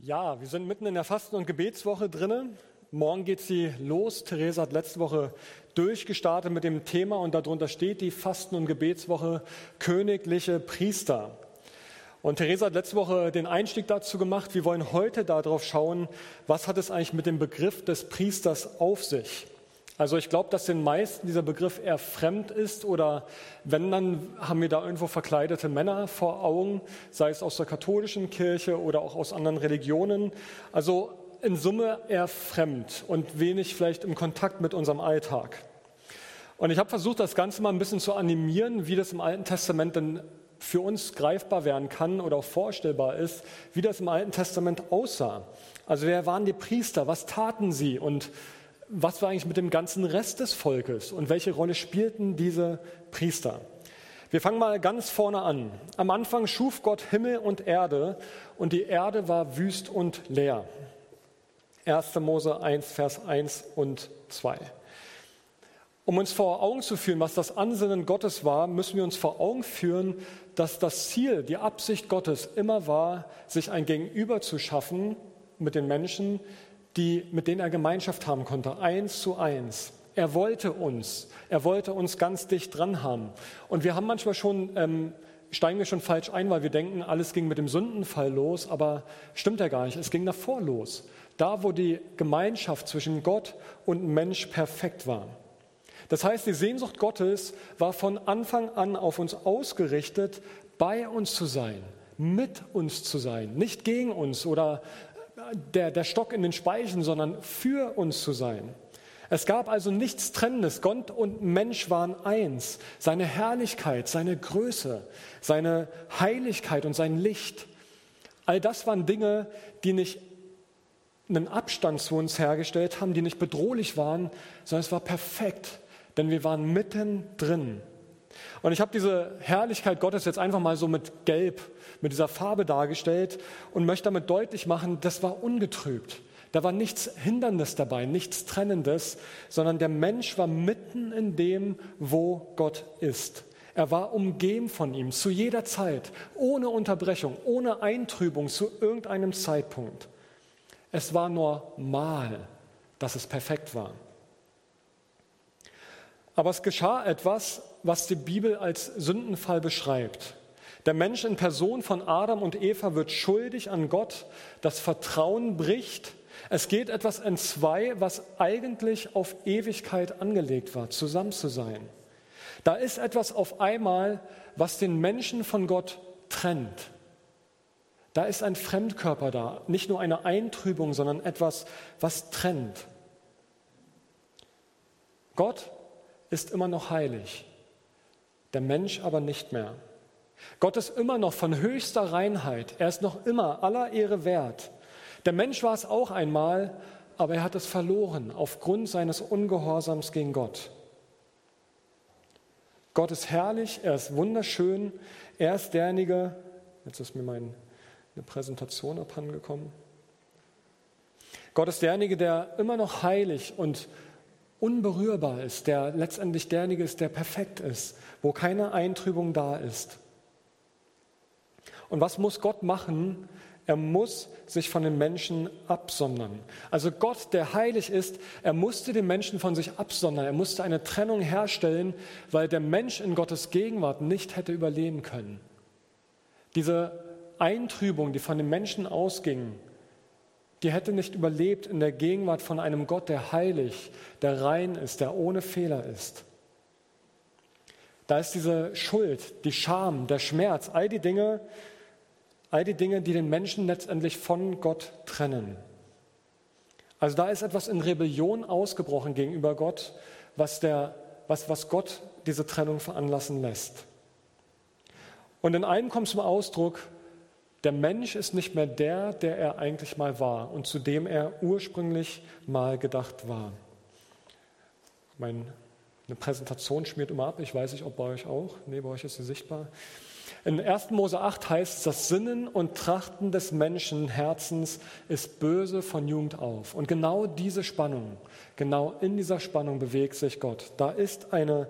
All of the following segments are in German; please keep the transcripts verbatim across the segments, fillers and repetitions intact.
Ja, wir sind mitten in der Fasten- und Gebetswoche drinne. Morgen geht sie los. Theresa hat letzte Woche durchgestartet mit dem Thema und darunter steht die Fasten- und Gebetswoche königliche Priester. Und Theresa hat letzte Woche den Einstieg dazu gemacht. Wir wollen heute darauf schauen, was hat es eigentlich mit dem Begriff des Priesters auf sich? Also ich glaube, dass den meisten dieser Begriff eher fremd ist oder wenn, dann haben wir da irgendwo verkleidete Männer vor Augen, sei es aus der katholischen Kirche oder auch aus anderen Religionen. Also in Summe eher fremd und wenig vielleicht im Kontakt mit unserem Alltag. Und ich habe versucht, das Ganze mal ein bisschen zu animieren, wie das im Alten Testament denn für uns greifbar werden kann oder auch vorstellbar ist, wie das im Alten Testament aussah. Also wer waren die Priester, was taten sie und was war eigentlich mit dem ganzen Rest des Volkes und welche Rolle spielten diese Priester? Wir fangen mal ganz vorne an. Am Anfang schuf Gott Himmel und Erde und die Erde war wüst und leer. erster Mose eins, Vers eins und zwei. Um uns vor Augen zu führen, was das Ansinnen Gottes war, müssen wir uns vor Augen führen, dass das Ziel, die Absicht Gottes immer war, sich ein Gegenüber zu schaffen mit den Menschen, die, mit denen er Gemeinschaft haben konnte, eins zu eins. Er wollte uns, er wollte uns ganz dicht dran haben. Und wir haben manchmal schon, ähm, steigen wir schon falsch ein, weil wir denken, alles ging mit dem Sündenfall los, aber stimmt ja gar nicht, es ging davor los. Da, wo die Gemeinschaft zwischen Gott und Mensch perfekt war. Das heißt, die Sehnsucht Gottes war von Anfang an auf uns ausgerichtet, bei uns zu sein, mit uns zu sein, nicht gegen uns oder Der, der Stock in den Speichen, sondern für uns zu sein. Es gab also nichts Trennendes. Gott und Mensch waren eins. Seine Herrlichkeit, seine Größe, seine Heiligkeit und sein Licht. All das waren Dinge, die nicht einen Abstand zu uns hergestellt haben, die nicht bedrohlich waren, sondern es war perfekt, denn wir waren mittendrin. Und ich habe diese Herrlichkeit Gottes jetzt einfach mal so mit Gelb, mit dieser Farbe dargestellt und möchte damit deutlich machen, das war ungetrübt. Da war nichts Hinderndes dabei, nichts Trennendes, sondern der Mensch war mitten in dem, wo Gott ist. Er war umgeben von ihm zu jeder Zeit, ohne Unterbrechung, ohne Eintrübung zu irgendeinem Zeitpunkt. Es war normal, dass es perfekt war. Aber es geschah etwas, was die Bibel als Sündenfall beschreibt. Der Mensch in Person von Adam und Eva wird schuldig an Gott, das Vertrauen bricht. Es geht etwas entzwei, was eigentlich auf Ewigkeit angelegt war, zusammen zu sein. Da ist etwas auf einmal, was den Menschen von Gott trennt. Da ist ein Fremdkörper da, nicht nur eine Eintrübung, sondern etwas, was trennt. Gott ist immer noch heilig, der Mensch aber nicht mehr. Gott ist immer noch von höchster Reinheit, er ist noch immer aller Ehre wert. Der Mensch war es auch einmal, aber er hat es verloren aufgrund seines Ungehorsams gegen Gott. Gott ist herrlich, er ist wunderschön, er ist derjenige, jetzt ist mir meine Präsentation abhandengekommen. Gott ist derjenige, der immer noch heilig und unberührbar ist, der letztendlich derjenige ist, der perfekt ist, wo keine Eintrübung da ist. Und was muss Gott machen? Er muss sich von den Menschen absondern. Also Gott, der heilig ist, er musste den Menschen von sich absondern. Er musste eine Trennung herstellen, weil der Mensch in Gottes Gegenwart nicht hätte überleben können. Diese Eintrübung, die von den Menschen ausging, die hätte nicht überlebt in der Gegenwart von einem Gott, der heilig, der rein ist, der ohne Fehler ist. Da ist diese Schuld, die Scham, der Schmerz, all die Dinge, all die Dinge, die den Menschen letztendlich von Gott trennen. Also da ist etwas in Rebellion ausgebrochen gegenüber Gott, was, der, was, was Gott diese Trennung veranlassen lässt. Und in einem kommt zum Ausdruck, der Mensch ist nicht mehr der, der er eigentlich mal war und zu dem er ursprünglich mal gedacht war. Meine Präsentation schmiert immer ab, ich weiß nicht, ob bei euch auch. Nee, bei euch ist sie sichtbar. In erster Mose acht heißt es, das Sinnen und Trachten des Menschenherzens ist böse von Jugend auf. Und genau diese Spannung, genau in dieser Spannung bewegt sich Gott. Da ist eine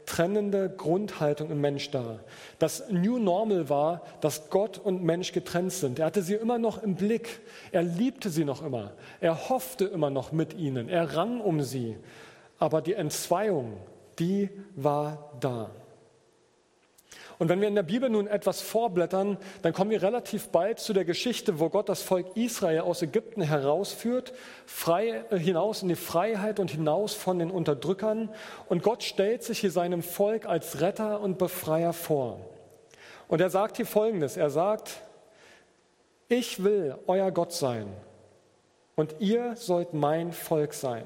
trennende Grundhaltung im Mensch dar. Das New Normal war, dass Gott und Mensch getrennt sind. Er hatte sie immer noch im Blick. Er liebte sie noch immer. Er hoffte immer noch mit ihnen. Er rang um sie. Aber die Entzweiung, die war da. Und wenn wir in der Bibel nun etwas vorblättern, dann kommen wir relativ bald zu der Geschichte, wo Gott das Volk Israel aus Ägypten herausführt, frei, äh, hinaus in die Freiheit und hinaus von den Unterdrückern. Und Gott stellt sich hier seinem Volk als Retter und Befreier vor. Und er sagt hier Folgendes, er sagt, ich will euer Gott sein und ihr sollt mein Volk sein.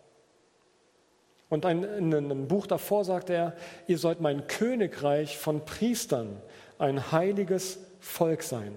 Und ein, in einem Buch davor sagt er, ihr sollt mein Königreich von Priestern, ein heiliges Volk sein.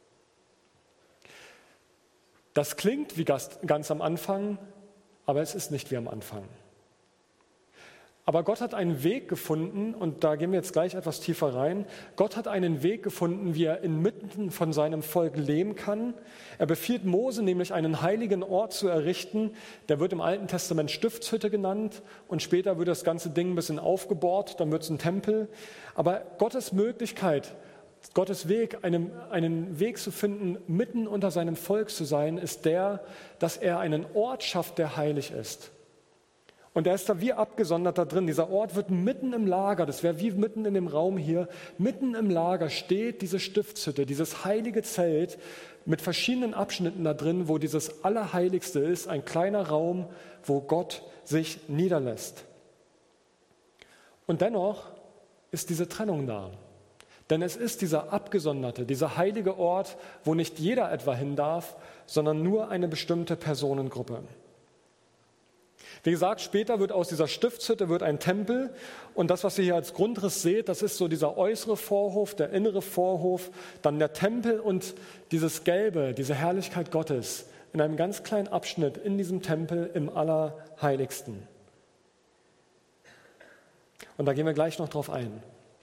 Das klingt wie ganz am Anfang, aber es ist nicht wie am Anfang. Aber Gott hat einen Weg gefunden, und da gehen wir jetzt gleich etwas tiefer rein. Gott hat einen Weg gefunden, wie er inmitten von seinem Volk leben kann. Er befiehlt Mose nämlich, einen heiligen Ort zu errichten. Der wird im Alten Testament Stiftshütte genannt und später wird das ganze Ding ein bisschen aufgebohrt, dann wird es ein Tempel. Aber Gottes Möglichkeit, Gottes Weg, einen, einen Weg zu finden, mitten unter seinem Volk zu sein, ist der, dass er einen Ort schafft, der heilig ist. Und er ist da wie abgesondert da drin. Dieser Ort wird mitten im Lager, das wäre wie mitten in dem Raum hier, mitten im Lager steht diese Stiftshütte, dieses heilige Zelt mit verschiedenen Abschnitten da drin, wo dieses Allerheiligste ist, ein kleiner Raum, wo Gott sich niederlässt. Und dennoch ist diese Trennung da. Denn es ist dieser abgesonderte, dieser heilige Ort, wo nicht jeder etwa hin darf, sondern nur eine bestimmte Personengruppe. Wie gesagt, später wird aus dieser Stiftshütte wird ein Tempel, und das, was ihr hier als Grundriss seht, das ist so dieser äußere Vorhof, der innere Vorhof, dann der Tempel und dieses Gelbe, diese Herrlichkeit Gottes in einem ganz kleinen Abschnitt in diesem Tempel im Allerheiligsten. Und da gehen wir gleich noch drauf ein.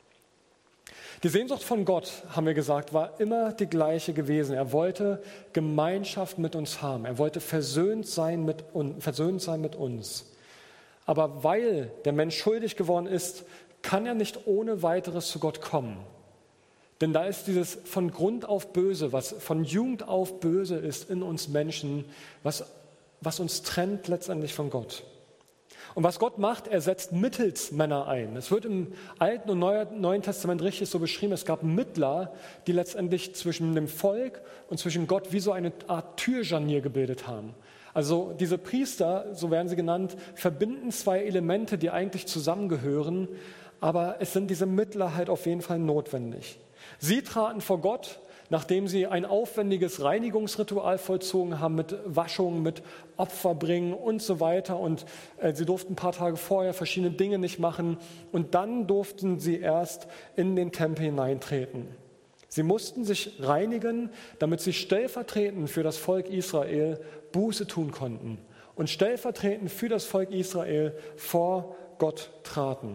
Die Sehnsucht von Gott, haben wir gesagt, war immer die gleiche gewesen. Er wollte Gemeinschaft mit uns haben. Er wollte versöhnt sein mit, versöhnt sein mit uns. Aber weil der Mensch schuldig geworden ist, kann er nicht ohne weiteres zu Gott kommen. Denn da ist dieses von Grund auf Böse, was von Jugend auf böse ist in uns Menschen, was, was uns trennt letztendlich von Gott. Und was Gott macht, er setzt Mittelsmänner ein. Es wird im Alten und Neuen Testament richtig so beschrieben, es gab Mittler, die letztendlich zwischen dem Volk und zwischen Gott wie so eine Art Türscharnier gebildet haben. Also diese Priester, so werden sie genannt, verbinden zwei Elemente, die eigentlich zusammengehören, aber es sind diese Mittler halt auf jeden Fall notwendig. Sie traten vor Gott, nachdem sie ein aufwendiges Reinigungsritual vollzogen haben mit Waschung, mit Opferbringen und so weiter. Und äh, sie durften ein paar Tage vorher verschiedene Dinge nicht machen. Und dann durften sie erst in den Tempel hineintreten. Sie mussten sich reinigen, damit sie stellvertretend für das Volk Israel Buße tun konnten. Und stellvertretend für das Volk Israel vor Gott traten.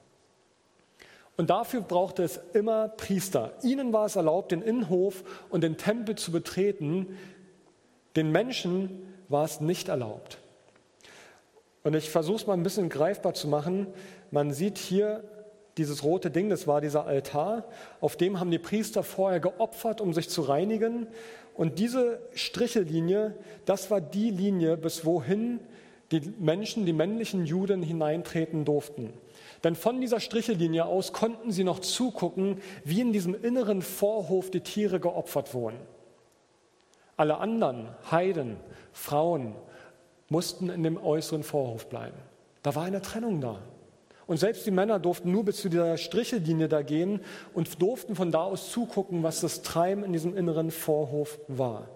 Und dafür brauchte es immer Priester. Ihnen war es erlaubt, den Innenhof und den Tempel zu betreten. Den Menschen war es nicht erlaubt. Und ich versuche es mal ein bisschen greifbar zu machen. Man sieht hier dieses rote Ding, das war dieser Altar. Auf dem haben die Priester vorher geopfert, um sich zu reinigen. Und diese Strichellinie, das war die Linie, bis wohin die Menschen, die männlichen Juden hineintreten durften. Denn von dieser Strichellinie aus konnten sie noch zugucken, wie in diesem inneren Vorhof die Tiere geopfert wurden. Alle anderen, Heiden, Frauen, mussten in dem äußeren Vorhof bleiben. Da war eine Trennung da. Und selbst die Männer durften nur bis zu dieser Strichellinie da gehen und durften von da aus zugucken, was das Treiben in diesem inneren Vorhof war.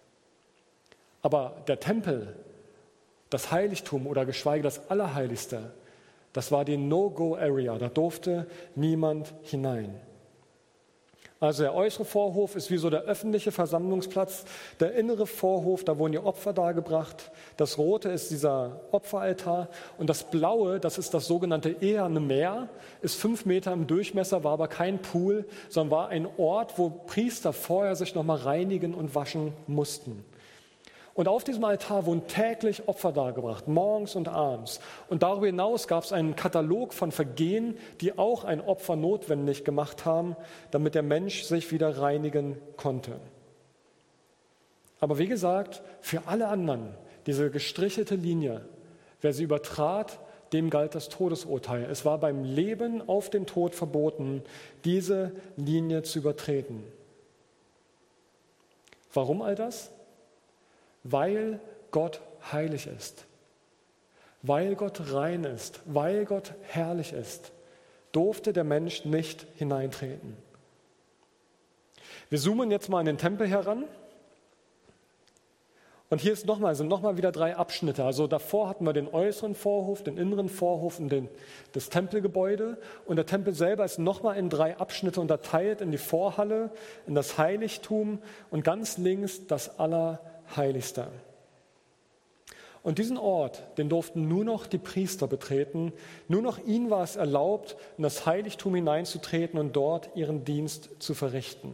Aber der Tempel, das Heiligtum oder geschweige das Allerheiligste, das war die No-Go-Area, da durfte niemand hinein. Also der äußere Vorhof ist wie so der öffentliche Versammlungsplatz, der innere Vorhof, da wurden die Opfer dargebracht, das rote ist dieser Opferaltar und das blaue, das ist das sogenannte Eherne Meer, ist fünf Meter im Durchmesser, war aber kein Pool, sondern war ein Ort, wo Priester vorher sich nochmal reinigen und waschen mussten. Und auf diesem Altar wurden täglich Opfer dargebracht, morgens und abends. Und darüber hinaus gab es einen Katalog von Vergehen, die auch ein Opfer notwendig gemacht haben, damit der Mensch sich wieder reinigen konnte. Aber wie gesagt, für alle anderen, diese gestrichelte Linie, wer sie übertrat, dem galt das Todesurteil. Es war beim Leben auf den Tod verboten, diese Linie zu übertreten. Warum all das? Weil Gott heilig ist, weil Gott rein ist, weil Gott herrlich ist, durfte der Mensch nicht hineintreten. Wir zoomen jetzt mal an den Tempel heran. Und hier ist noch mal, sind nochmal wieder drei Abschnitte. Also davor hatten wir den äußeren Vorhof, den inneren Vorhof und den, das Tempelgebäude. Und der Tempel selber ist nochmal in drei Abschnitte unterteilt, in die Vorhalle, in das Heiligtum und ganz links das Allerheiligste. Und diesen Ort, den durften nur noch die Priester betreten. Nur noch ihnen war es erlaubt, in das Heiligtum hineinzutreten und dort ihren Dienst zu verrichten.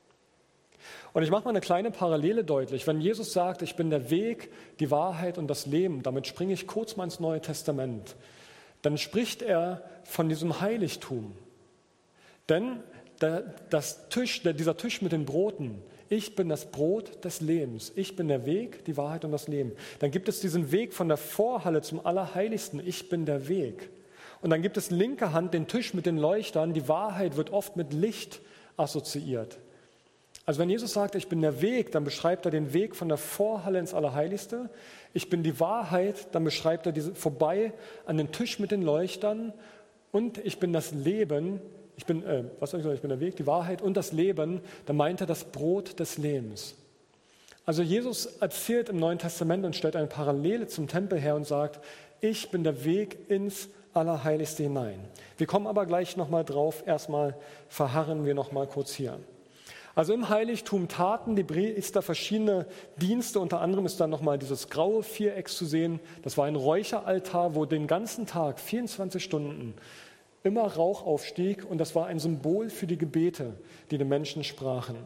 Und ich mache mal eine kleine Parallele deutlich. Wenn Jesus sagt, ich bin der Weg, die Wahrheit und das Leben, damit springe ich kurz mal ins Neue Testament, dann spricht er von diesem Heiligtum. Denn der, das Tisch, der, dieser Tisch mit den Broten, ich bin das Brot des Lebens, ich bin der Weg, die Wahrheit und das Leben. Dann gibt es diesen Weg von der Vorhalle zum Allerheiligsten, ich bin der Weg. Und dann gibt es linke Hand den Tisch mit den Leuchtern, die Wahrheit wird oft mit Licht assoziiert. Also wenn Jesus sagt, ich bin der Weg, dann beschreibt er den Weg von der Vorhalle ins Allerheiligste. Ich bin die Wahrheit, dann beschreibt er diese vorbei an den Tisch mit den Leuchtern. Und ich bin das Leben, ich bin, äh, was soll ich sagen, ich bin der Weg, die Wahrheit und das Leben, dann meint er das Brot des Lebens. Also Jesus erzählt im Neuen Testament und stellt eine Parallele zum Tempel her und sagt, ich bin der Weg ins Allerheiligste hinein. Wir kommen aber gleich nochmal drauf, erstmal verharren wir nochmal kurz hier. Also im Heiligtum taten die Priester verschiedene Dienste, unter anderem ist da nochmal dieses graue Viereck zu sehen. Das war ein Räucheraltar, wo den ganzen Tag, vierundzwanzig Stunden, immer Rauch aufstieg und das war ein Symbol für die Gebete, die die Menschen sprachen.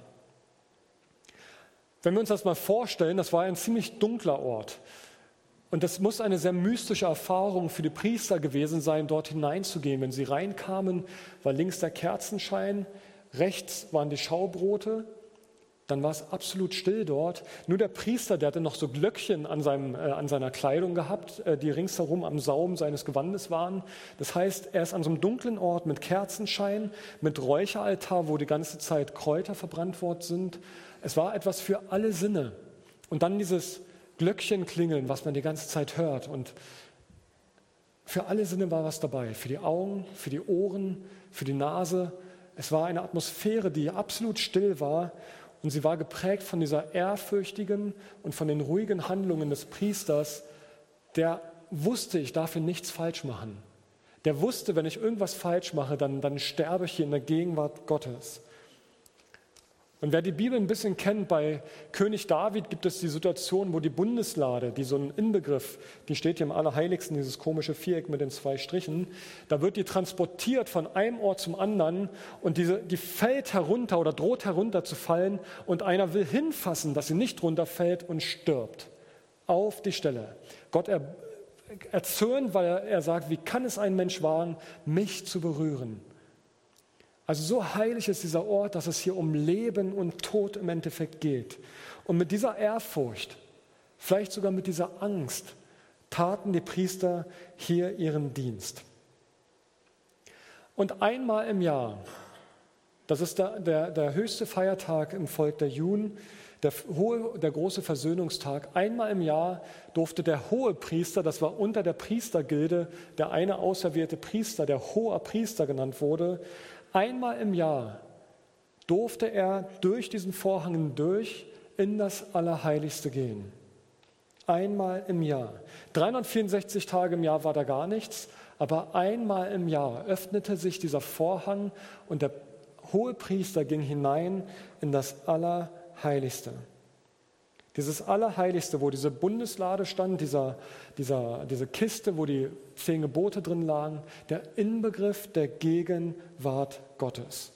Wenn wir uns das mal vorstellen, das war ein ziemlich dunkler Ort. Und das muss eine sehr mystische Erfahrung für die Priester gewesen sein, dort hineinzugehen. Wenn sie reinkamen, war links der Kerzenschein, rechts waren die Schaubrote, dann war es absolut still dort. Nur der Priester, der hatte noch so Glöckchen an, seinem, äh, an seiner Kleidung gehabt, äh, die ringsherum am Saum seines Gewandes waren. Das heißt, er ist an so einem dunklen Ort mit Kerzenschein, mit Räucheraltar, wo die ganze Zeit Kräuter verbrannt worden sind. Es war etwas für alle Sinne. Und dann dieses Glöckchen klingeln, was man die ganze Zeit hört. Und für alle Sinne war was dabei. Für die Augen, für die Ohren, für die Nase. Es war eine Atmosphäre, die absolut still war und sie war geprägt von dieser ehrfürchtigen und von den ruhigen Handlungen des Priesters, der wusste, ich darf hier nichts falsch machen. Der wusste, wenn ich irgendwas falsch mache, dann, dann sterbe ich hier in der Gegenwart Gottes. Und wer die Bibel ein bisschen kennt, bei König David gibt es die Situation, wo die Bundeslade, die so ein Inbegriff, die steht hier im Allerheiligsten, dieses komische Viereck mit den zwei Strichen, da wird die transportiert von einem Ort zum anderen und diese, die fällt herunter oder droht herunter zu fallen und einer will hinfassen, dass sie nicht runterfällt und stirbt. Auf die Stelle. Gott er, erzürnt, weil er, er sagt, wie kann es ein Mensch wagen, mich zu berühren? Also so heilig ist dieser Ort, dass es hier um Leben und Tod im Endeffekt geht. Und mit dieser Ehrfurcht, vielleicht sogar mit dieser Angst, taten die Priester hier ihren Dienst. Und einmal im Jahr, das ist der, der, der höchste Feiertag im Volk der Juden, der, hohe, der große Versöhnungstag, einmal im Jahr durfte der Hohepriester, das war unter der Priestergilde, der eine auserwählte Priester, der Hoherpriester genannt wurde, einmal im Jahr durfte er durch diesen Vorhang hindurch in das Allerheiligste gehen. Einmal im Jahr. dreihundertvierundsechzig Tage im Jahr war da gar nichts, aber einmal im Jahr öffnete sich dieser Vorhang und der Hohepriester ging hinein in das Allerheiligste. Dieses Allerheiligste, wo diese Bundeslade stand, dieser, dieser, diese Kiste, wo die zehn Gebote drin lagen, der Inbegriff der Gegenwart Gottes.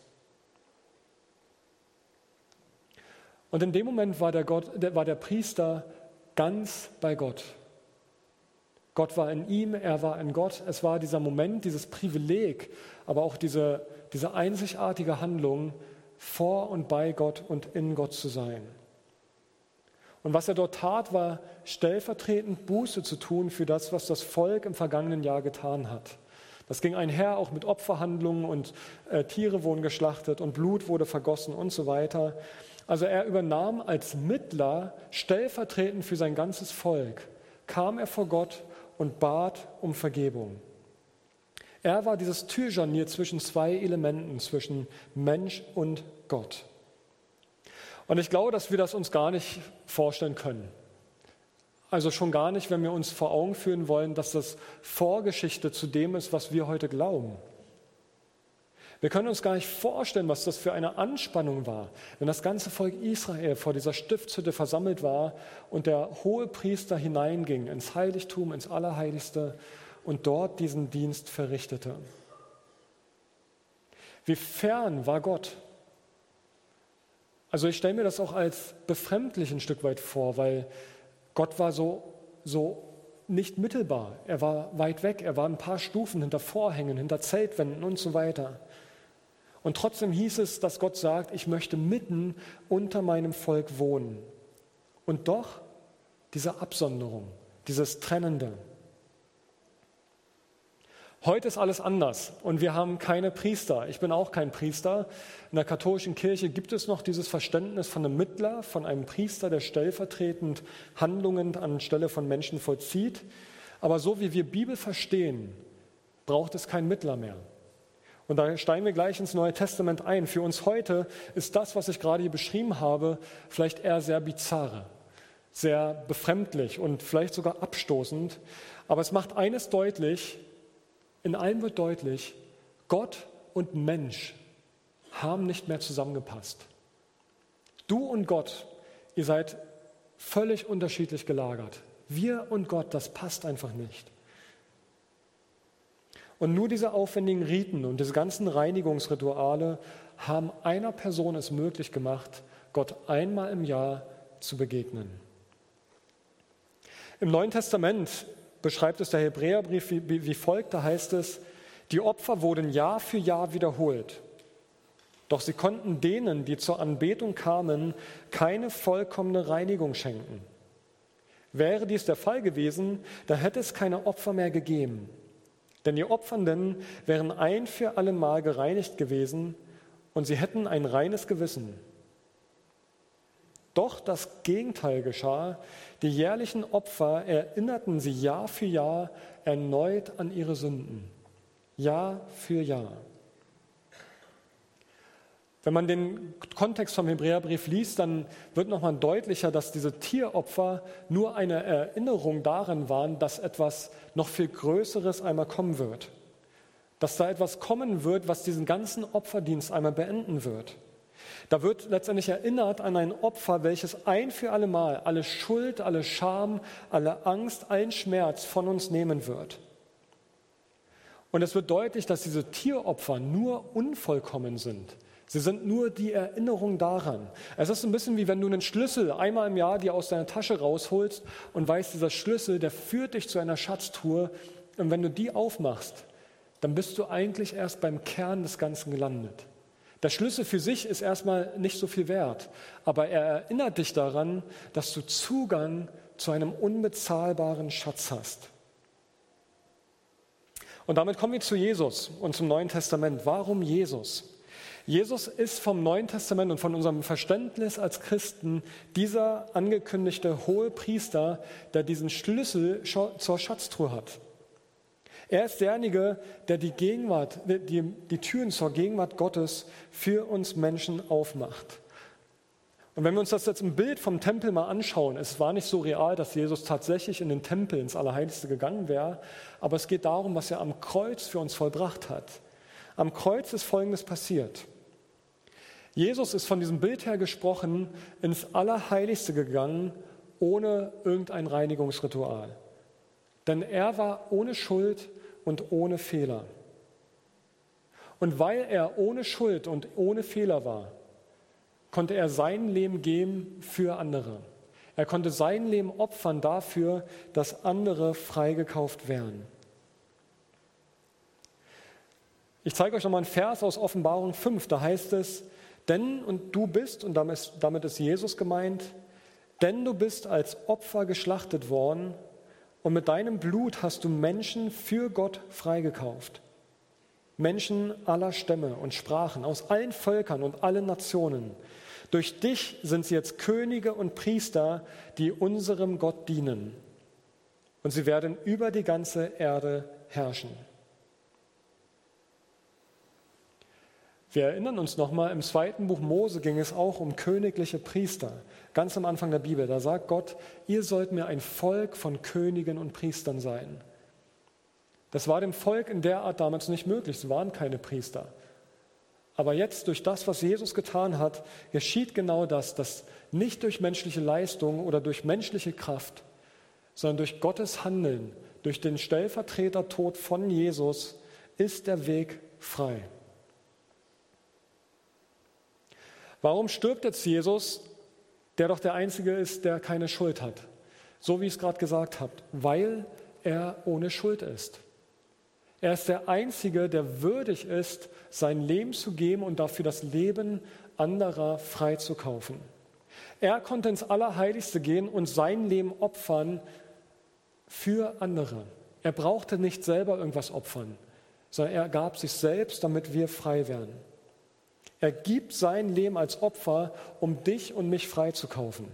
Und in dem Moment war der, Gott, der, war der Priester ganz bei Gott. Gott war in ihm, er war in Gott. Es war dieser Moment, dieses Privileg, aber auch diese, diese einzigartige Handlung, vor und bei Gott und in Gott zu sein. Und was er dort tat, war stellvertretend Buße zu tun für das, was das Volk im vergangenen Jahr getan hat. Das ging einher auch mit Opferhandlungen und äh, Tiere wurden geschlachtet und Blut wurde vergossen und so weiter. Also er übernahm als Mittler, stellvertretend für sein ganzes Volk, kam er vor Gott und bat um Vergebung. Er war dieses Türscharnier zwischen zwei Elementen, zwischen Mensch und Gott. Und ich glaube, dass wir das uns gar nicht vorstellen können. Also schon gar nicht, wenn wir uns vor Augen führen wollen, dass das Vorgeschichte zu dem ist, was wir heute glauben. Wir können uns gar nicht vorstellen, was das für eine Anspannung war, wenn das ganze Volk Israel vor dieser Stiftshütte versammelt war und der Hohepriester hineinging ins Heiligtum, ins Allerheiligste und dort diesen Dienst verrichtete. Wie fern war Gott? Also ich stelle mir das auch als befremdlich ein Stück weit vor, weil Gott war so, so nicht mittelbar. Er war weit weg, er war ein paar Stufen hinter Vorhängen, hinter Zeltwänden und so weiter. Und trotzdem hieß es, dass Gott sagt, ich möchte mitten unter meinem Volk wohnen. Und doch diese Absonderung, dieses Trennende. Heute ist alles anders und wir haben keine Priester. Ich bin auch kein Priester. In der katholischen Kirche gibt es noch dieses Verständnis von einem Mittler, von einem Priester, der stellvertretend Handlungen anstelle von Menschen vollzieht. Aber so wie wir Bibel verstehen, braucht es keinen Mittler mehr. Und da steigen wir gleich ins Neue Testament ein. Für uns heute ist das, was ich gerade hier beschrieben habe, vielleicht eher sehr bizarr, sehr befremdlich und vielleicht sogar abstoßend. Aber es macht eines deutlich: In allem wird deutlich, Gott und Mensch haben nicht mehr zusammengepasst. Du und Gott, ihr seid völlig unterschiedlich gelagert. Wir und Gott, das passt einfach nicht. Und nur diese aufwendigen Riten und diese ganzen Reinigungsrituale haben einer Person es möglich gemacht, Gott einmal im Jahr zu begegnen. Im Neuen Testament beschreibt es der Hebräerbrief wie, wie folgt, da heißt es: Die Opfer wurden Jahr für Jahr wiederholt, doch sie konnten denen, die zur Anbetung kamen, keine vollkommene Reinigung schenken. Wäre dies der Fall gewesen, dann hätte es keine Opfer mehr gegeben, denn die Opfernden wären ein für alle Mal gereinigt gewesen und sie hätten ein reines Gewissen. Doch das Gegenteil geschah. Die jährlichen Opfer erinnerten sie Jahr für Jahr erneut an ihre Sünden. Jahr für Jahr. Wenn man den Kontext vom Hebräerbrief liest, dann wird nochmal deutlicher, dass diese Tieropfer nur eine Erinnerung daran waren, dass etwas noch viel Größeres einmal kommen wird. Dass da etwas kommen wird, was diesen ganzen Opferdienst einmal beenden wird. Da wird letztendlich erinnert an ein Opfer, welches ein für alle Mal alle Schuld, alle Scham, alle Angst, allen Schmerz von uns nehmen wird. Und es wird deutlich, dass diese Tieropfer nur unvollkommen sind. Sie sind nur die Erinnerung daran. Es ist ein bisschen wie wenn du einen Schlüssel einmal im Jahr dir aus deiner Tasche rausholst und weißt, dieser Schlüssel, der führt dich zu einer Schatztruhe. Und wenn du die aufmachst, dann bist du eigentlich erst beim Kern des Ganzen gelandet. Der Schlüssel für sich ist erstmal nicht so viel wert, aber er erinnert dich daran, dass du Zugang zu einem unbezahlbaren Schatz hast. Und damit kommen wir zu Jesus und zum Neuen Testament. Warum Jesus? Jesus ist vom Neuen Testament und von unserem Verständnis als Christen dieser angekündigte hohe Priester, der diesen Schlüssel zur Schatztruhe hat. Er ist derjenige, der die Gegenwart, die, die Türen zur Gegenwart Gottes für uns Menschen aufmacht. Und wenn wir uns das jetzt im Bild vom Tempel mal anschauen, es war nicht so real, dass Jesus tatsächlich in den Tempel, ins Allerheiligste gegangen wäre, aber es geht darum, was er am Kreuz für uns vollbracht hat. Am Kreuz ist Folgendes passiert. Jesus ist von diesem Bild her gesprochen ins Allerheiligste gegangen, ohne irgendein Reinigungsritual. Denn er war ohne Schuld und ohne Fehler. Und weil er ohne Schuld und ohne Fehler war, konnte er sein Leben geben für andere. Er konnte sein Leben opfern dafür, dass andere freigekauft werden. Ich zeige euch nochmal einen Vers aus Offenbarung fünf, da heißt es, denn, und du bist, und damit ist Jesus gemeint, denn du bist als Opfer geschlachtet worden und mit deinem Blut hast du Menschen für Gott freigekauft. Menschen aller Stämme und Sprachen, aus allen Völkern und allen Nationen. Durch dich sind sie jetzt Könige und Priester, die unserem Gott dienen. Und sie werden über die ganze Erde herrschen. Wir erinnern uns nochmal, im zweiten Buch Mose ging es auch um königliche Priester. Ganz am Anfang der Bibel, da sagt Gott, ihr sollt mir ein Volk von Königen und Priestern sein. Das war dem Volk in der Art damals nicht möglich, es waren keine Priester. Aber jetzt durch das, was Jesus getan hat, geschieht genau das, dass nicht durch menschliche Leistung oder durch menschliche Kraft, sondern durch Gottes Handeln, durch den Stellvertretertod von Jesus, ist der Weg frei. Warum stirbt jetzt Jesus, der doch der Einzige ist, der keine Schuld hat? So wie ich es gerade gesagt habe, weil er ohne Schuld ist. Er ist der Einzige, der würdig ist, sein Leben zu geben und dafür das Leben anderer freizukaufen. Er konnte ins Allerheiligste gehen und sein Leben opfern für andere. Er brauchte nicht selber irgendwas opfern, sondern er gab sich selbst, damit wir frei werden. Er gibt sein Leben als Opfer, um dich und mich freizukaufen.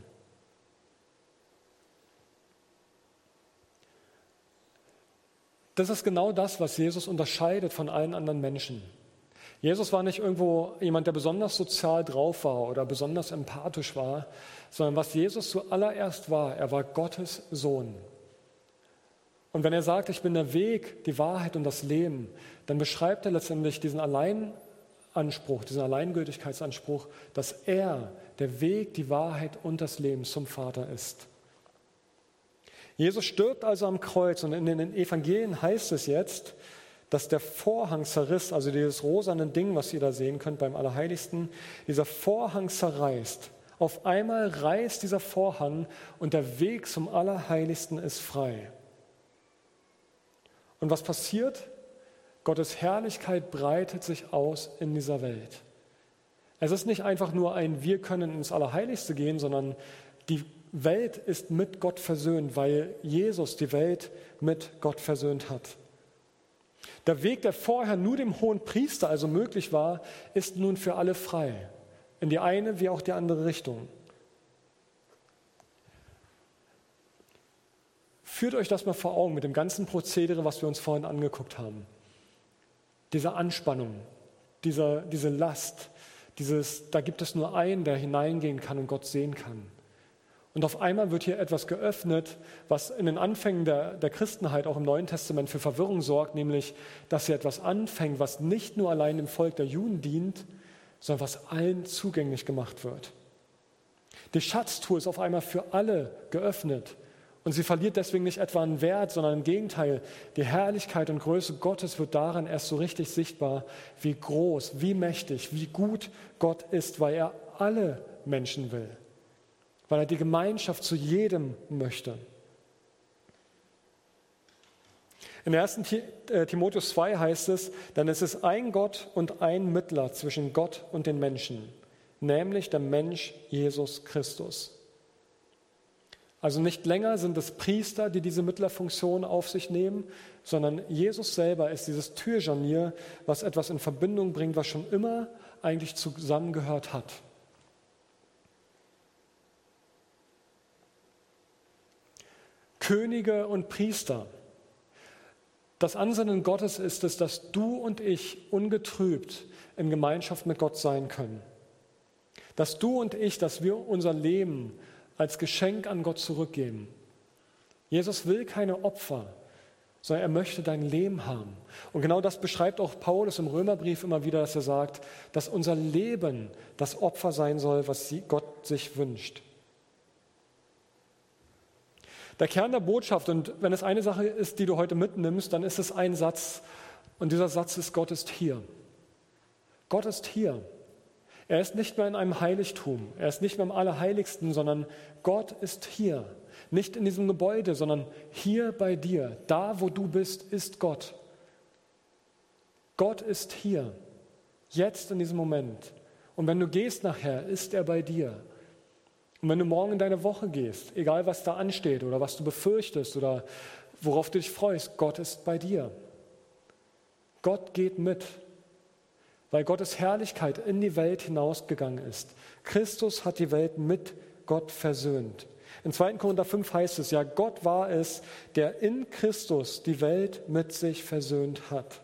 Das ist genau das, was Jesus unterscheidet von allen anderen Menschen. Jesus war nicht irgendwo jemand, der besonders sozial drauf war oder besonders empathisch war, sondern was Jesus zuallererst war, er war Gottes Sohn. Und wenn er sagt, ich bin der Weg, die Wahrheit und das Leben, dann beschreibt er letztendlich diesen Alleinanspruch, diesen Alleingültigkeitsanspruch, dass er der Weg, die Wahrheit und das Leben zum Vater ist. Jesus stirbt also am Kreuz und in den Evangelien heißt es jetzt, dass der Vorhang zerriss, also dieses rosane Ding, was ihr da sehen könnt beim Allerheiligsten, dieser Vorhang zerreißt. Auf einmal reißt dieser Vorhang und der Weg zum Allerheiligsten ist frei. Und was passiert? Gottes Herrlichkeit breitet sich aus in dieser Welt. Es ist nicht einfach nur ein Wir können ins Allerheiligste gehen, sondern die Welt ist mit Gott versöhnt, weil Jesus die Welt mit Gott versöhnt hat. Der Weg, der vorher nur dem hohen Priester also möglich war, ist nun für alle frei, in die eine wie auch die andere Richtung. Führt euch das mal vor Augen mit dem ganzen Prozedere, was wir uns vorhin angeguckt haben. Diese Anspannung, diese, diese Last, dieses, da gibt es nur einen, der hineingehen kann und Gott sehen kann. Und auf einmal wird hier etwas geöffnet, was in den Anfängen der, der Christenheit auch im Neuen Testament für Verwirrung sorgt, nämlich, dass hier etwas anfängt, was nicht nur allein dem Volk der Juden dient, sondern was allen zugänglich gemacht wird. Die Schatztruhe ist auf einmal für alle geöffnet und sie verliert deswegen nicht etwa einen Wert, sondern im Gegenteil, die Herrlichkeit und Größe Gottes wird darin erst so richtig sichtbar, wie groß, wie mächtig, wie gut Gott ist, weil er alle Menschen will. Weil er die Gemeinschaft zu jedem möchte. In ersten Timotheus zwei heißt es, denn es ist ein Gott und ein Mittler zwischen Gott und den Menschen, nämlich der Mensch Jesus Christus. Also nicht länger sind es Priester, die diese Mittlerfunktion auf sich nehmen, sondern Jesus selber ist dieses Türjarnier, was etwas in Verbindung bringt, was schon immer eigentlich zusammengehört hat. Könige und Priester. Das Ansinnen Gottes ist es, dass du und ich ungetrübt in Gemeinschaft mit Gott sein können. Dass du und ich, dass wir unser Leben als Geschenk an Gott zurückgeben. Jesus will keine Opfer, sondern er möchte dein Leben haben. Und genau das beschreibt auch Paulus im Römerbrief immer wieder, dass er sagt, dass unser Leben das Opfer sein soll, was Gott sich wünscht. Der Kern der Botschaft, und wenn es eine Sache ist, die du heute mitnimmst, dann ist es ein Satz. Und dieser Satz ist, Gott ist hier. Gott ist hier. Er ist nicht mehr in einem Heiligtum, er ist nicht mehr im Allerheiligsten, sondern Gott ist hier. Nicht in diesem Gebäude, sondern hier bei dir. Da, wo du bist, ist Gott. Gott ist hier, jetzt in diesem Moment. Und wenn du gehst nachher, ist er bei dir. Und wenn du morgen in deine Woche gehst, egal was da ansteht oder was du befürchtest oder worauf du dich freust, Gott ist bei dir. Gott geht mit, weil Gottes Herrlichkeit in die Welt hinausgegangen ist. Christus hat die Welt mit Gott versöhnt. In zweiten Korinther fünf heißt es, ja, Gott war es, der in Christus die Welt mit sich versöhnt hat.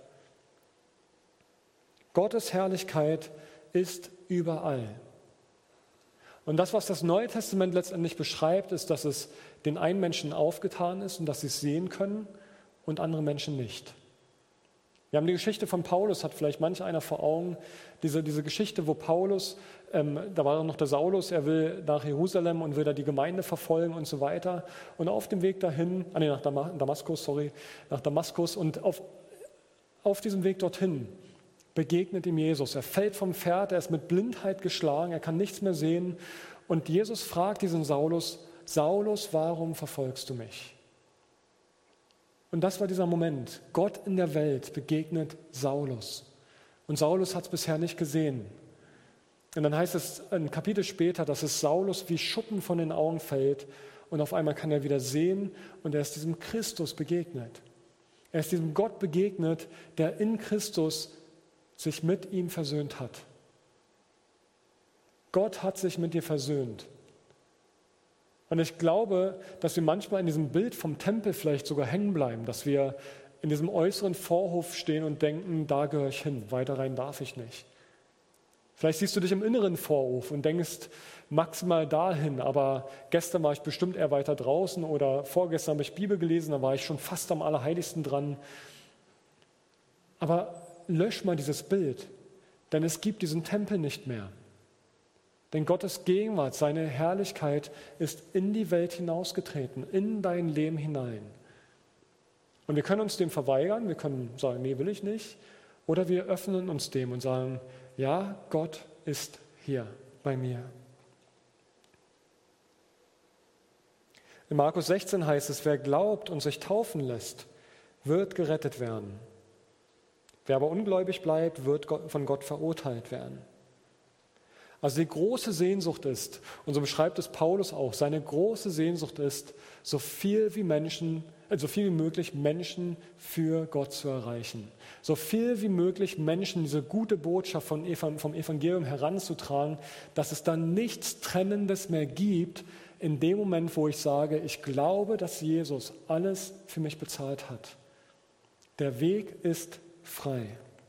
Gottes Herrlichkeit ist überall. Und das, was das Neue Testament letztendlich beschreibt, ist, dass es den einen Menschen aufgetan ist und dass sie es sehen können und andere Menschen nicht. Wir haben die Geschichte von Paulus, hat vielleicht manch einer vor Augen, diese, diese Geschichte, wo Paulus, ähm, da war noch der Saulus, er will nach Jerusalem und will da die Gemeinde verfolgen und so weiter. Und auf dem Weg dahin, ah nee, nach Damaskus, sorry, nach Damaskus und auf, auf diesem Weg dorthin begegnet ihm Jesus. Er fällt vom Pferd, er ist mit Blindheit geschlagen, er kann nichts mehr sehen. Und Jesus fragt diesen Saulus, Saulus, warum verfolgst du mich? Und das war dieser Moment. Gott in der Welt begegnet Saulus. Und Saulus hat es bisher nicht gesehen. Und dann heißt es ein Kapitel später, dass es Saulus wie Schuppen von den Augen fällt und auf einmal kann er wieder sehen und er ist diesem Christus begegnet. Er ist diesem Gott begegnet, der in Christus sich mit ihm versöhnt hat. Gott hat sich mit dir versöhnt. Und ich glaube, dass wir manchmal in diesem Bild vom Tempel vielleicht sogar hängen bleiben, dass wir in diesem äußeren Vorhof stehen und denken, da gehöre ich hin, weiter rein darf ich nicht. Vielleicht siehst du dich im inneren Vorhof und denkst maximal dahin, aber gestern war ich bestimmt eher weiter draußen oder vorgestern habe ich Bibel gelesen, da war ich schon fast am Allerheiligsten dran. Aber lösch mal dieses Bild, denn es gibt diesen Tempel nicht mehr. Denn Gottes Gegenwart, seine Herrlichkeit ist in die Welt hinausgetreten, in dein Leben hinein. Und wir können uns dem verweigern, wir können sagen, nee, will ich nicht. Oder wir öffnen uns dem und sagen, ja, Gott ist hier bei mir. In Markus sechzehn heißt es, wer glaubt und sich taufen lässt, wird gerettet werden. Wer aber ungläubig bleibt, wird von Gott verurteilt werden. Also die große Sehnsucht ist, und so beschreibt es Paulus auch, seine große Sehnsucht ist, so viel wie Menschen, äh, so viel wie möglich Menschen für Gott zu erreichen. So viel wie möglich Menschen diese gute Botschaft von, vom Evangelium heranzutragen, dass es dann nichts Trennendes mehr gibt, in dem Moment, wo ich sage, ich glaube, dass Jesus alles für mich bezahlt hat. Der Weg ist frei.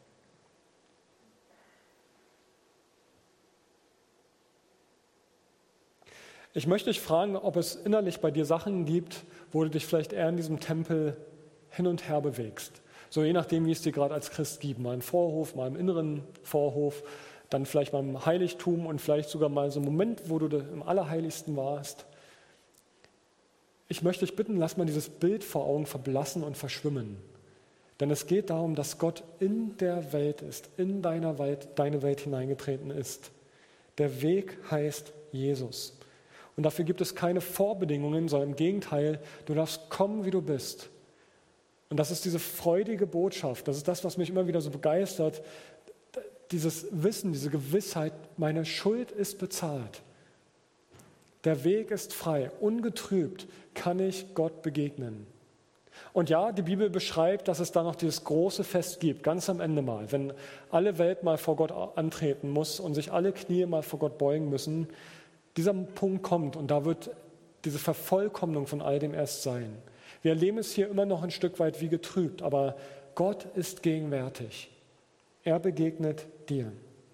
Ich möchte dich fragen, ob es innerlich bei dir Sachen gibt, wo du dich vielleicht eher in diesem Tempel hin und her bewegst. So je nachdem, wie es dir gerade als Christ gibt. Mal im Vorhof, mal im inneren Vorhof, dann vielleicht mal im Heiligtum und vielleicht sogar mal so einen Moment, wo du im Allerheiligsten warst. Ich möchte dich bitten, lass mal dieses Bild vor Augen verblassen und verschwimmen. Denn es geht darum, dass Gott in der Welt ist, in deiner Welt, deine Welt hineingetreten ist. Der Weg heißt Jesus. Und dafür gibt es keine Vorbedingungen, sondern im Gegenteil, du darfst kommen, wie du bist. Und das ist diese freudige Botschaft, das ist das, was mich immer wieder so begeistert, dieses Wissen, diese Gewissheit, meine Schuld ist bezahlt. Der Weg ist frei, ungetrübt kann ich Gott begegnen. Und ja, die Bibel beschreibt, dass es da noch dieses große Fest gibt, ganz am Ende mal, wenn alle Welt mal vor Gott antreten muss und sich alle Knie mal vor Gott beugen müssen. Dieser Punkt kommt und da wird diese Vervollkommnung von all dem erst sein. Wir erleben es hier immer noch ein Stück weit wie getrübt, aber Gott ist gegenwärtig. Er begegnet dir.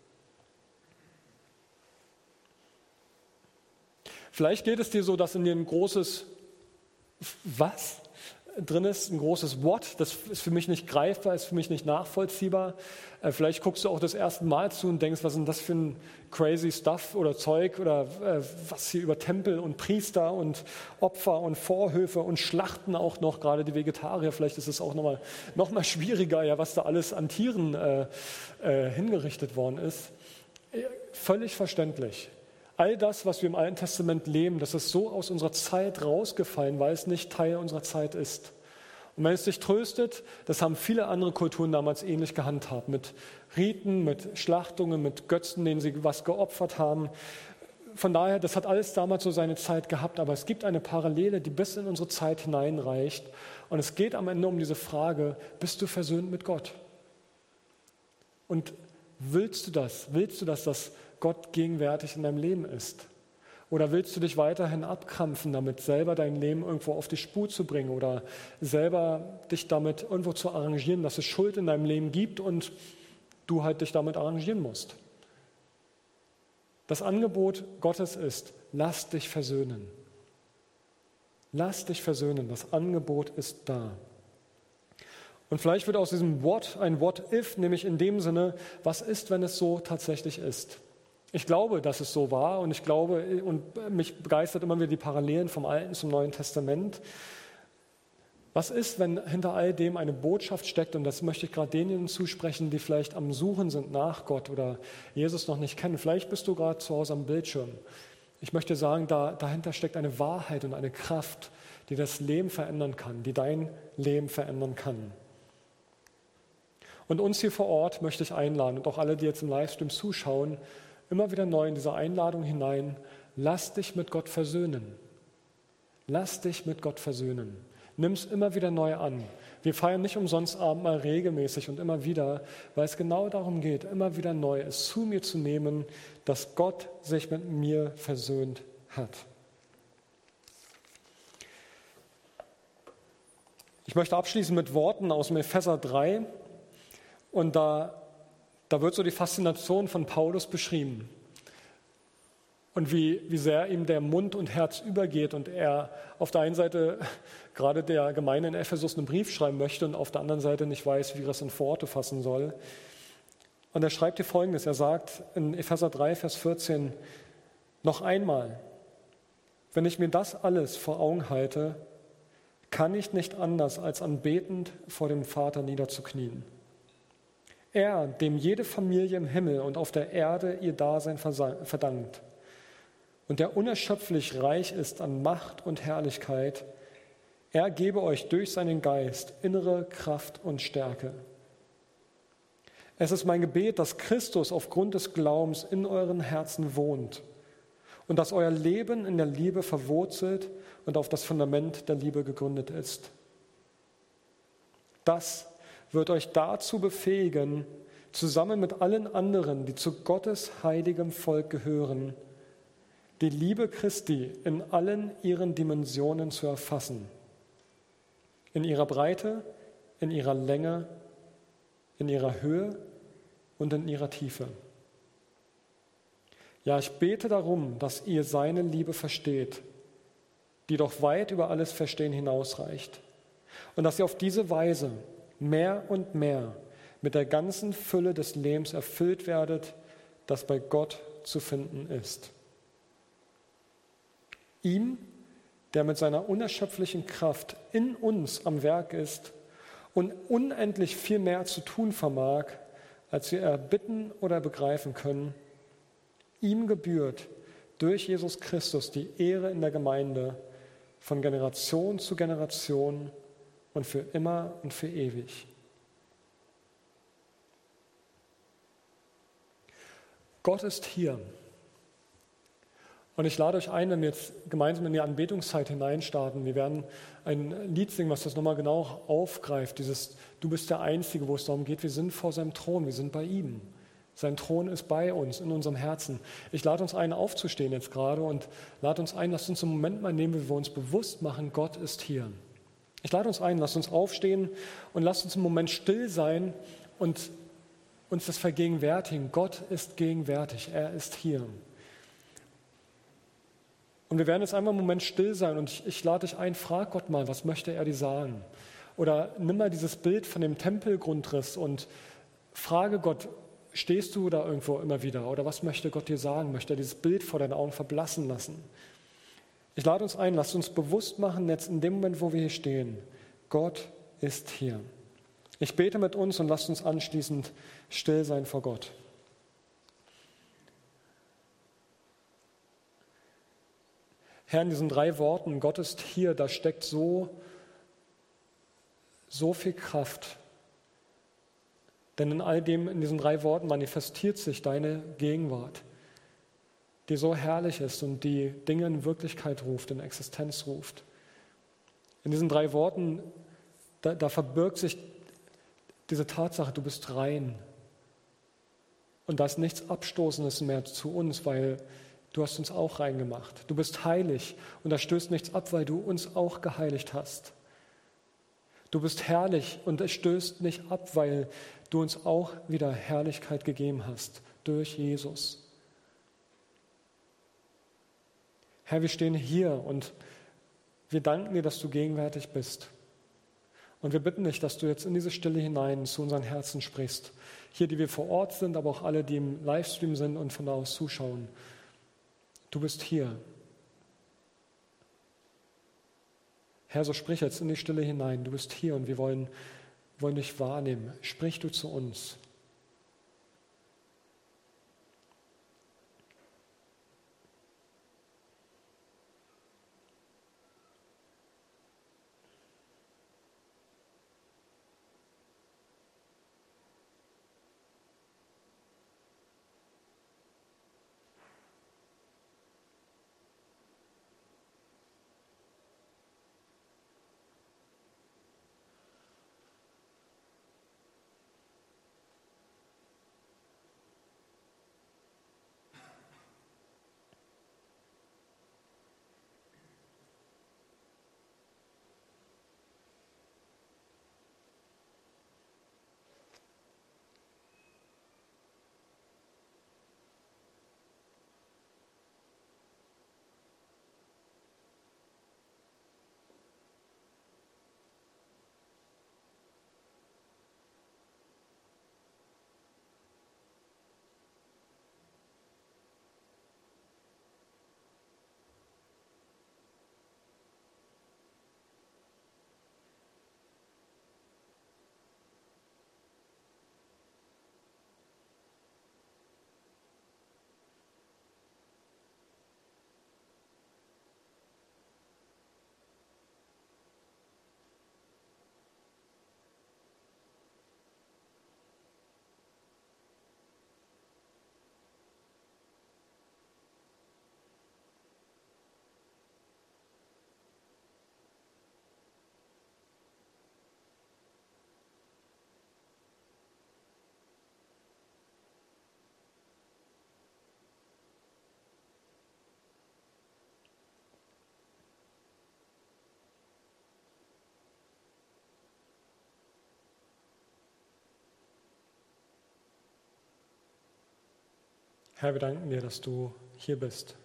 Vielleicht geht es dir so, dass in dir ein großes Was drin ist, ein großes What, das ist für mich nicht greifbar, ist für mich nicht nachvollziehbar. Äh, vielleicht guckst du auch das erste Mal zu und denkst, was ist denn das für ein crazy Stuff oder Zeug oder äh, was hier über Tempel und Priester und Opfer und Vorhöfe und Schlachten auch noch, gerade die Vegetarier, vielleicht ist es auch nochmal noch mal schwieriger, ja, was da alles an Tieren äh, äh, hingerichtet worden ist. Völlig verständlich. All das, was wir im Alten Testament leben, das ist so aus unserer Zeit rausgefallen, weil es nicht Teil unserer Zeit ist. Und wenn es dich tröstet, das haben viele andere Kulturen damals ähnlich gehandhabt, mit Riten, mit Schlachtungen, mit Götzen, denen sie was geopfert haben. Von daher, das hat alles damals so seine Zeit gehabt, aber es gibt eine Parallele, die bis in unsere Zeit hineinreicht. Und es geht am Ende um diese Frage, bist du versöhnt mit Gott? Und willst du das? Willst du, dass das Gott gegenwärtig in deinem Leben ist? Oder willst du dich weiterhin abkrampfen, damit selber dein Leben irgendwo auf die Spur zu bringen oder selber dich damit irgendwo zu arrangieren, dass es Schuld in deinem Leben gibt und du halt dich damit arrangieren musst? Das Angebot Gottes ist, lass dich versöhnen. Lass dich versöhnen, das Angebot ist da. Und vielleicht wird aus diesem What ein What if, nämlich in dem Sinne, was ist, wenn es so tatsächlich ist? Ich glaube, dass es so war und ich glaube, und mich begeistert immer wieder die Parallelen vom Alten zum Neuen Testament. Was ist, wenn hinter all dem eine Botschaft steckt, und das möchte ich gerade denen zusprechen, die vielleicht am Suchen sind nach Gott oder Jesus noch nicht kennen. Vielleicht bist du gerade zu Hause am Bildschirm. Ich möchte sagen, da, dahinter steckt eine Wahrheit und eine Kraft, die das Leben verändern kann, die dein Leben verändern kann. Und uns hier vor Ort möchte ich einladen und auch alle, die jetzt im Livestream zuschauen, immer wieder neu in diese Einladung hinein, lass dich mit Gott versöhnen. Lass dich mit Gott versöhnen. Nimm es immer wieder neu an. Wir feiern nicht umsonst Abendmahl regelmäßig und immer wieder, weil es genau darum geht, immer wieder neu es zu mir zu nehmen, dass Gott sich mit mir versöhnt hat. Ich möchte abschließen mit Worten aus dem Epheser drei. Und da, da wird so die Faszination von Paulus beschrieben. Und wie, wie sehr ihm der Mund und Herz übergeht und er auf der einen Seite gerade der Gemeinde in Ephesus einen Brief schreiben möchte und auf der anderen Seite nicht weiß, wie er es in Worte fassen soll. Und er schreibt hier Folgendes, er sagt in Epheser drei, Vers vierzehn, noch einmal, wenn ich mir das alles vor Augen halte, kann ich nicht anders, als anbetend vor dem Vater niederzuknien. Er, dem jede Familie im Himmel und auf der Erde ihr Dasein verdankt und der unerschöpflich reich ist an Macht und Herrlichkeit, er gebe euch durch seinen Geist innere Kraft und Stärke. Es ist mein Gebet, dass Christus aufgrund des Glaubens in euren Herzen wohnt und dass euer Leben in der Liebe verwurzelt und auf das Fundament der Liebe gegründet ist. Das wird euch dazu befähigen, zusammen mit allen anderen, die zu Gottes heiligem Volk gehören, die Liebe Christi in allen ihren Dimensionen zu erfassen. In ihrer Breite, in ihrer Länge, in ihrer Höhe und in ihrer Tiefe. Ja, ich bete darum, dass ihr seine Liebe versteht, die doch weit über alles Verstehen hinausreicht. Und dass ihr auf diese Weise mehr und mehr mit der ganzen Fülle des Lebens erfüllt werdet, das bei Gott zu finden ist. Ihm, der mit seiner unerschöpflichen Kraft in uns am Werk ist und unendlich viel mehr zu tun vermag, als wir erbitten oder begreifen können, ihm gebührt durch Jesus Christus die Ehre in der Gemeinde von Generation zu Generation und für immer und für ewig. Gott ist hier. Und ich lade euch ein, wenn wir jetzt gemeinsam in die Anbetungszeit hineinstarten. Wir werden ein Lied singen, was das nochmal genau aufgreift. Dieses Du bist der Einzige, wo es darum geht, wir sind vor seinem Thron, wir sind bei ihm. Sein Thron ist bei uns, in unserem Herzen. Ich lade uns ein, aufzustehen jetzt gerade und lade uns ein, lasst uns einen Moment mal nehmen, wie wir uns bewusst machen, Gott ist hier. Ich lade uns ein, lasst uns aufstehen und lasst uns einen Moment still sein und uns das vergegenwärtigen. Gott ist gegenwärtig, er ist hier. Und wir werden jetzt einmal einen Moment still sein und ich, ich lade dich ein, frag Gott mal, was möchte er dir sagen? Oder nimm mal dieses Bild von dem Tempelgrundriss und frage Gott, stehst du da irgendwo immer wieder? Oder was möchte Gott dir sagen? Möchte er dieses Bild vor deinen Augen verblassen lassen? Ich lade uns ein, lasst uns bewusst machen, jetzt in dem Moment, wo wir hier stehen, Gott ist hier. Ich bete mit uns und lasst uns anschließend still sein vor Gott. Herr, in diesen drei Worten, Gott ist hier, da steckt so, so viel Kraft. Denn in all dem, in diesen drei Worten manifestiert sich deine Gegenwart, die so herrlich ist und die Dinge in Wirklichkeit ruft, in Existenz ruft. In diesen drei Worten, da, da verbirgt sich diese Tatsache, du bist rein. Und da ist nichts Abstoßendes mehr zu uns, weil du hast uns auch rein gemacht. Du bist heilig und da stößt nichts ab, weil du uns auch geheiligt hast. Du bist herrlich und es stößt nicht ab, weil du uns auch wieder Herrlichkeit gegeben hast durch Jesus. Herr, wir stehen hier und wir danken dir, dass du gegenwärtig bist. Und wir bitten dich, dass du jetzt in diese Stille hinein zu unseren Herzen sprichst. Hier, die wir vor Ort sind, aber auch alle, die im Livestream sind und von da aus zuschauen. Du bist hier. Herr, so sprich jetzt in die Stille hinein. Du bist hier und wir wollen, wollen dich wahrnehmen. Sprich du zu uns. Herr, wir danken dir, dass du hier bist.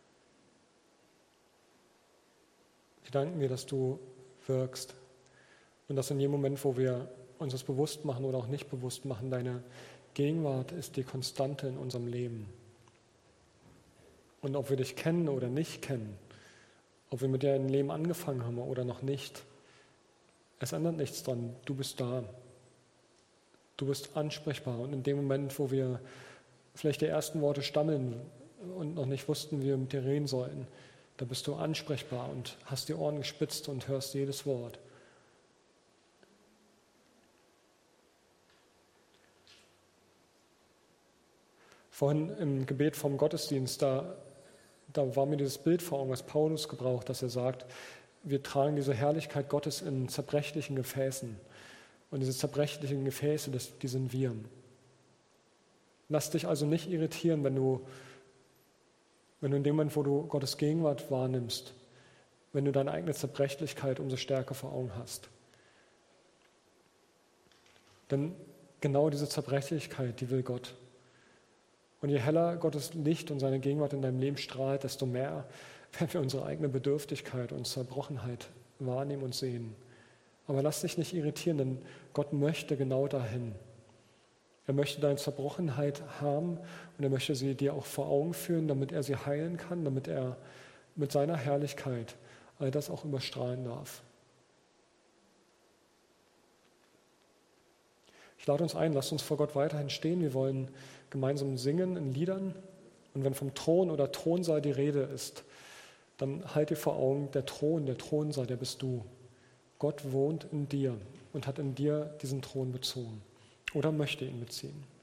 Wir danken dir, dass du wirkst und dass in jedem Moment, wo wir uns das bewusst machen oder auch nicht bewusst machen, deine Gegenwart ist die Konstante in unserem Leben. Und ob wir dich kennen oder nicht kennen, ob wir mit dir ein Leben angefangen haben oder noch nicht, es ändert nichts dran. Du bist da. Du bist ansprechbar. Und in dem Moment, wo wir vielleicht die ersten Worte stammeln und noch nicht wussten, wie wir mit dir reden sollen, da bist du ansprechbar und hast die Ohren gespitzt und hörst jedes Wort. Vorhin im Gebet vom Gottesdienst, da, da war mir dieses Bild vor Augen, was Paulus gebraucht, dass er sagt, wir tragen diese Herrlichkeit Gottes in zerbrechlichen Gefäßen. Und diese zerbrechlichen Gefäße, das, die sind wir. Lass dich also nicht irritieren, wenn du, wenn du in dem Moment, wo du Gottes Gegenwart wahrnimmst, wenn du deine eigene Zerbrechlichkeit umso stärker vor Augen hast. Denn genau diese Zerbrechlichkeit, die will Gott. Und je heller Gottes Licht und seine Gegenwart in deinem Leben strahlt, desto mehr werden wir unsere eigene Bedürftigkeit und Zerbrochenheit wahrnehmen und sehen. Aber lass dich nicht irritieren, denn Gott möchte genau dahin. Er möchte deine Zerbrochenheit haben und er möchte sie dir auch vor Augen führen, damit er sie heilen kann, damit er mit seiner Herrlichkeit all das auch überstrahlen darf. Ich lade uns ein, lasst uns vor Gott weiterhin stehen. Wir wollen gemeinsam singen in Liedern. Und wenn vom Thron oder Thronsaal die Rede ist, dann halt dir vor Augen, der Thron, der Thronsaal, der bist du. Gott wohnt in dir und hat in dir diesen Thron bezogen oder möchte ihn beziehen.